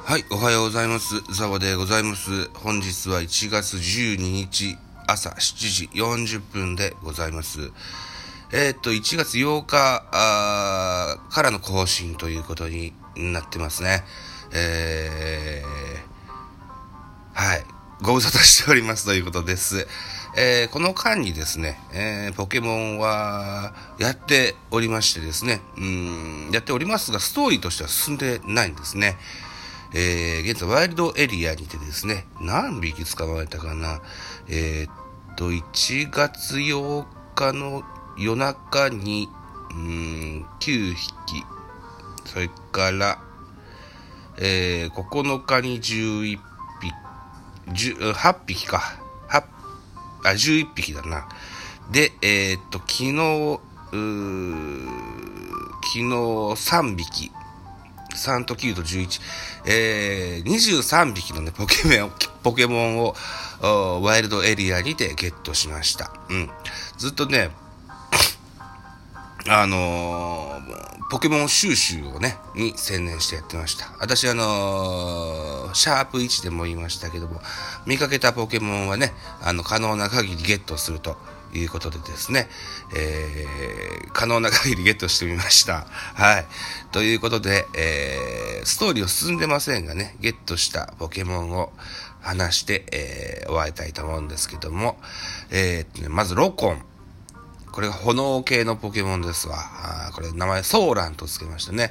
はい、おはようございます。ザボでございます。本日は1月12日朝7時40分でございます。1月8日からの更新ということになってますね。はい、ご無沙汰しておりますということです。この間にですね、ポケモンはやっておりましてですね、やっておりますが、ストーリーとしては進んでないんですね。現在ワイルドエリアにてですね、何匹捕まえたかな。1月8日の夜中に、9匹。それから、9日に11匹、8匹か。11匹だな。で、昨日3匹。3と9と11、23匹のね、ポケモンをワイルドエリアにてゲットしました。ずっとね、ポケモン収集をね、に専念してやってました。私シャープ1でも言いましたけども、見かけたポケモンはね、可能な限りゲットするということでですね、可能な限りゲットしてみました。はい。ということで、ストーリーを進んでませんがね、ゲットしたポケモンを話して、終わりたいと思うんですけども、まずロコン。これが炎系のポケモンですわ。これ名前ソーランと付けましたね。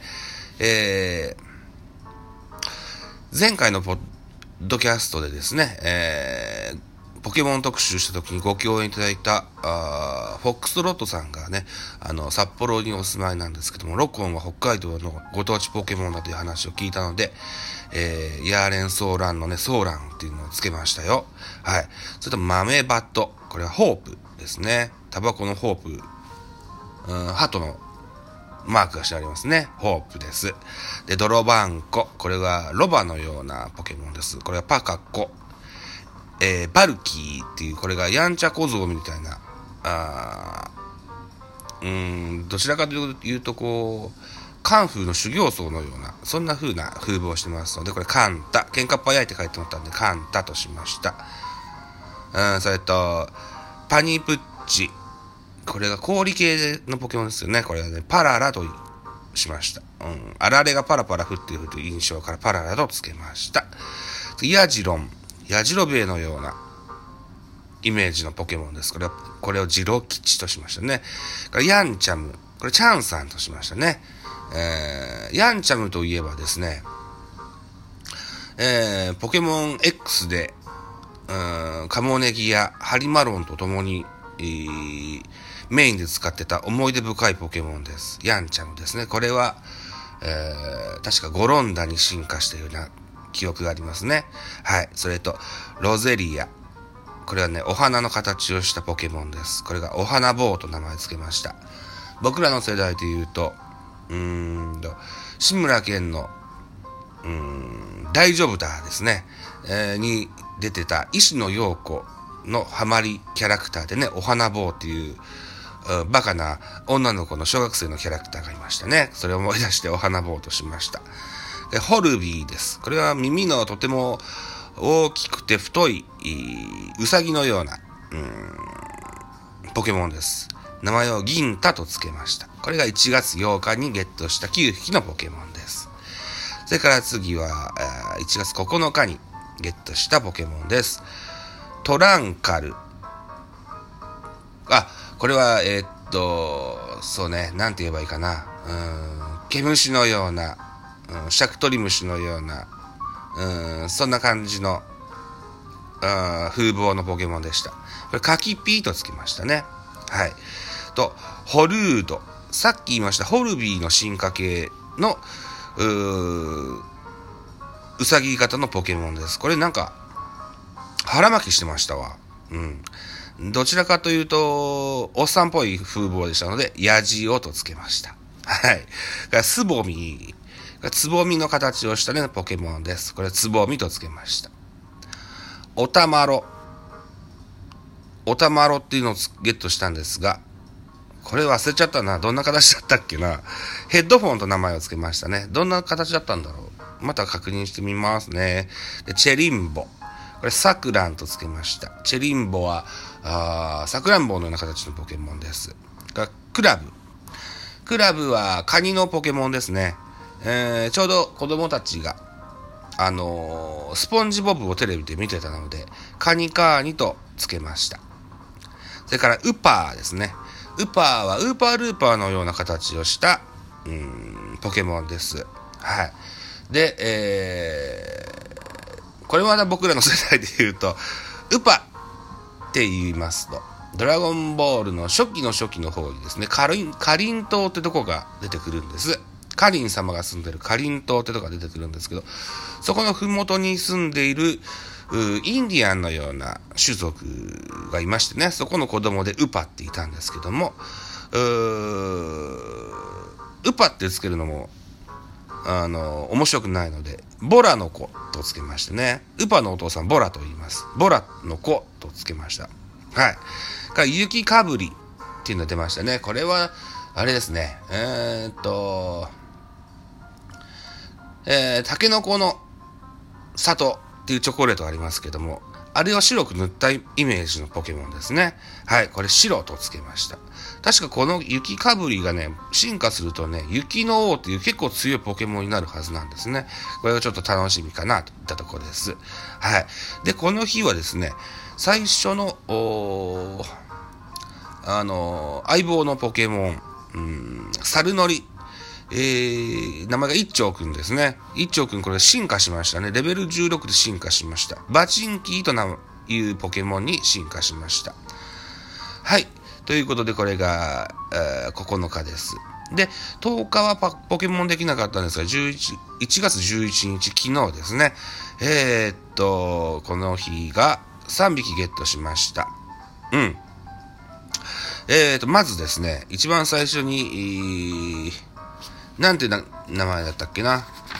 前回のポッドキャストでですね、ポケモン特集した時にご共演いただいたフォックストロットさんがね、札幌にお住まいなんですけども、ロコンは北海道のご当地ポケモンだという話を聞いたので、ヤーレンソーランのね、ソーランっていうのをつけましたよ。はい。それと豆バット。これはホープですね。タバコのホープ。鳩のマークがしてありますね。ホープです。で、ドロバンコ。これはロバのようなポケモンです。これはパカコ。バルキーっていう、これがやんちゃ小僧みたいな、どちらかというとこう、カンフーの修行僧のような、そんな風な風貌をしてますので、これカンタ、喧嘩っ早いって書いてもらったんで、カンタとしました。それと、パニプッチ。これが氷系のポケモンですよね。これはね、パララとしました。あられがパラパラ降っているという印象からパララとつけました。ヤジロン。ヤジロベエのようなイメージのポケモンです。これをジロ吉としましたね。ヤンチャム。これチャンさんとしましたね。ヤンチャムといえばですね、ポケモン X で、カモネギやハリマロンと共に、メインで使ってた思い出深いポケモンです。ヤンチャムですね。これは、確かゴロンダに進化したような記憶がありますね。はい。それと、ロゼリア。これはね、お花の形をしたポケモンです。これがお花棒と名前付けました。僕らの世代で言うと、志村けんの、大丈夫だですね。に出てた石野陽子のハマりキャラクターでね、お花棒っていう、バカな女の子の小学生のキャラクターがいましたね。それを思い出してお花棒としました。で、ホルビーです。これは耳のとても大きくて太い、ウサギのような、ポケモンです。名前を銀太と付けました。これが1月8日にゲットした9匹のポケモンです。それから次は、1月9日にゲットしたポケモンです。トランカル。これは、そうね、なんて言えばいいかな。毛虫のような、シャクトリムシのような、そんな感じの、風貌のポケモンでした。これ、カキピーとつけましたね。はい。と、ホルード。さっき言いました、ホルビーの進化系の、うさぎ型のポケモンです。これなんか、腹巻きしてましたわ。どちらかというと、おっさんっぽい風貌でしたので、ヤジオとつけました。はい。スボミ。つぼみの形をしたね、ポケモンです。これ、つぼみとつけました。おたまろ。おたまろっていうのをゲットしたんですが、これ忘れちゃったな。どんな形だったっけな。ヘッドフォンと名前をつけましたね。どんな形だったんだろまた確認してみますね。で、チェリンボ。これ、サクランとつけました。チェリンボは、サクランボのような形のポケモンです。クラブ。クラブはカニのポケモンですね。ちょうど子供たちが、スポンジボブをテレビで見てたので、カニカーニとつけました。それから、ウパーですね。ウパーはウーパールーパーのような形をした、ポケモンです。はい。で、これは僕らの世代で言うと、ウパって言いますと、ドラゴンボールの初期の方にですね、カリン島ってとこが出てくるんです。カリン様が住んでるカリン島ってとこが出てくるんですけど、そこのふもとに住んでいるインディアンのような種族がいましてね、そこの子供でウパっていたんですけども、ウパってつけるのも面白くないので、ボラの子とつけましてね、ウパのお父さんボラと言います。ボラの子とつけました。はい。から雪かぶりっていうのが出ましたね。これはあれですね。タケノコの里っていうチョコレートありますけども、あれを白く塗ったイメージのポケモンですね。はい、これ白とつけました。確かこの雪かぶりがね、進化するとね、雪の王っていう結構強いポケモンになるはずなんですね。これがちょっと楽しみかなといったところです。はい。で、この日はですね、最初の、相棒のポケモン、サルノリ。名前が一丁くんですね。一丁くんこれ進化しましたね。レベル16で進化しました。バチンキーというポケモンに進化しました。はい。ということでこれが、9日です。で、10日はポケモンできなかったんですが、1月11日、昨日ですね。この日が3匹ゲットしました。まずですね、一番最初に、なんて名前だったっけな。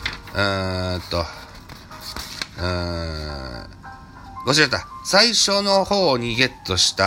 忘れた。最初の方にゲットした、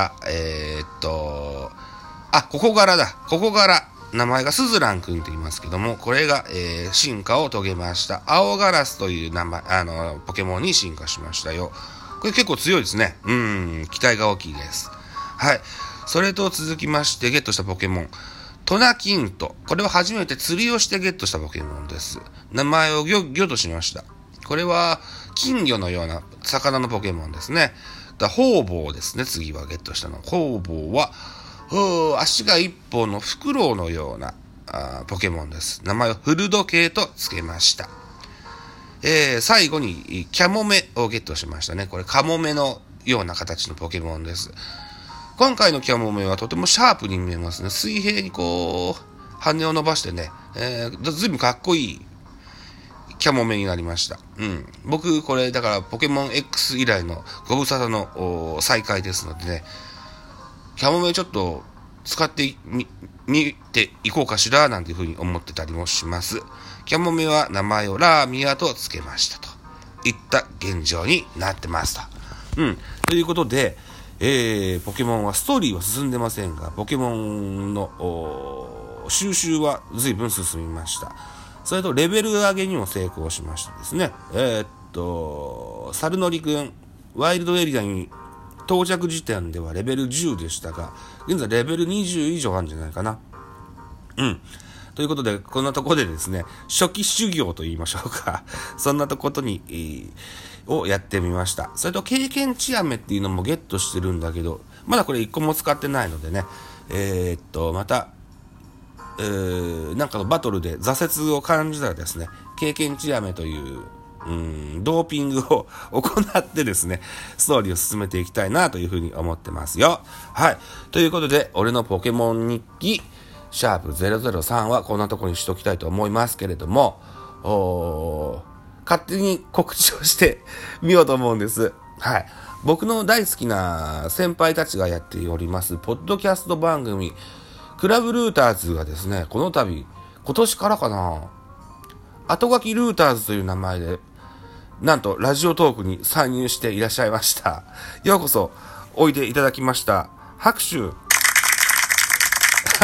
ここからだ。ここから。名前がスズラン君って言いますけども、これが、進化を遂げました。青ガラスという名前、ポケモンに進化しましたよ。これ結構強いですね。期待が大きいです。はい。それと続きましてゲットしたポケモン。トナキント。これは初めて釣りをしてゲットしたポケモンです。名前を魚としました。これは金魚のような魚のポケモンですね。ホウボウですね。次はゲットしたの。ホウボウは足が一本のフクロウのようなポケモンです。名前をフルドケイと付けました。最後にキャモメをゲットしましたね。これカモメのような形のポケモンです。今回のキャモメはとてもシャープに見えますね。水平にこう羽を伸ばしてね、ずいぶんかっこいいキャモメになりました。僕これだからポケモン X 以来のご無沙汰の再開ですのでね、キャモメちょっと使ってみていこうかしらなんていうふうに思ってたりもします。キャモメは名前をラーミアと付けましたといった現状になってますと。ということで、ポケモンはストーリーは進んでませんが、ポケモンの収集は随分進みました。それとレベル上げにも成功しましたですね。サルノリ君、ワイルドエリアに到着時点ではレベル10でしたが、現在レベル20以上あるんじゃないかな。ということで、こんなところでですね、初期修行と言いましょうか。そんなことに、をやってみました。それと経験値飴っていうのもゲットしてるんだけど、まだこれ1個も使ってないのでね、また、なんかのバトルで挫折を感じたらですね、経験値飴というドーピングを行ってですね、ストーリーを進めていきたいなというふうに思ってますよ。はい。ということで、俺のポケモン日記、シャープ003はこんなところにしときたいと思いますけれども、勝手に告知をしてみようと思うんです。はい。僕の大好きな先輩たちがやっております、ポッドキャスト番組、クラブルーターズがですね、この度、今年からかな、後書きルーターズという名前で、なんとラジオトークに参入していらっしゃいました。ようこそおいでいただきました。拍手。はい。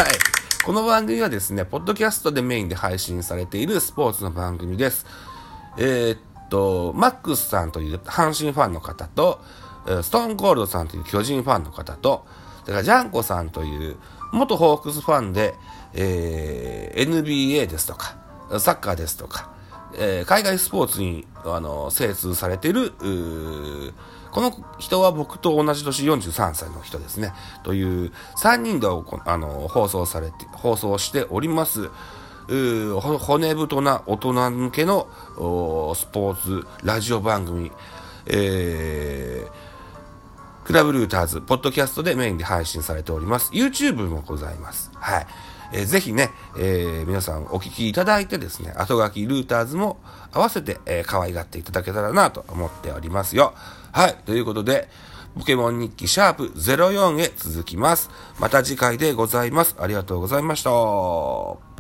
この番組はですね、ポッドキャストでメインで配信されているスポーツの番組です。 マックスさんという阪神ファンの方と、ストーンコールドさんという巨人ファンの方と、それからジャンコさんという元ホークスファンで、NBA ですとか、サッカーですとか、海外スポーツに精通されている、この人は僕と同じ年43歳の人ですね。という3人で放送しております。骨太な大人向けのスポーツラジオ番組、クラブルーターズポッドキャストでメインで配信されております。 YouTube もございます。はい。ぜひね、皆さんお聞きいただいてですね、後書きルーターズも合わせて、可愛がっていただけたらなと思っておりますよ。はい。ということで、ポケモン日記#04へ続きます。また次回でございます。ありがとうございました。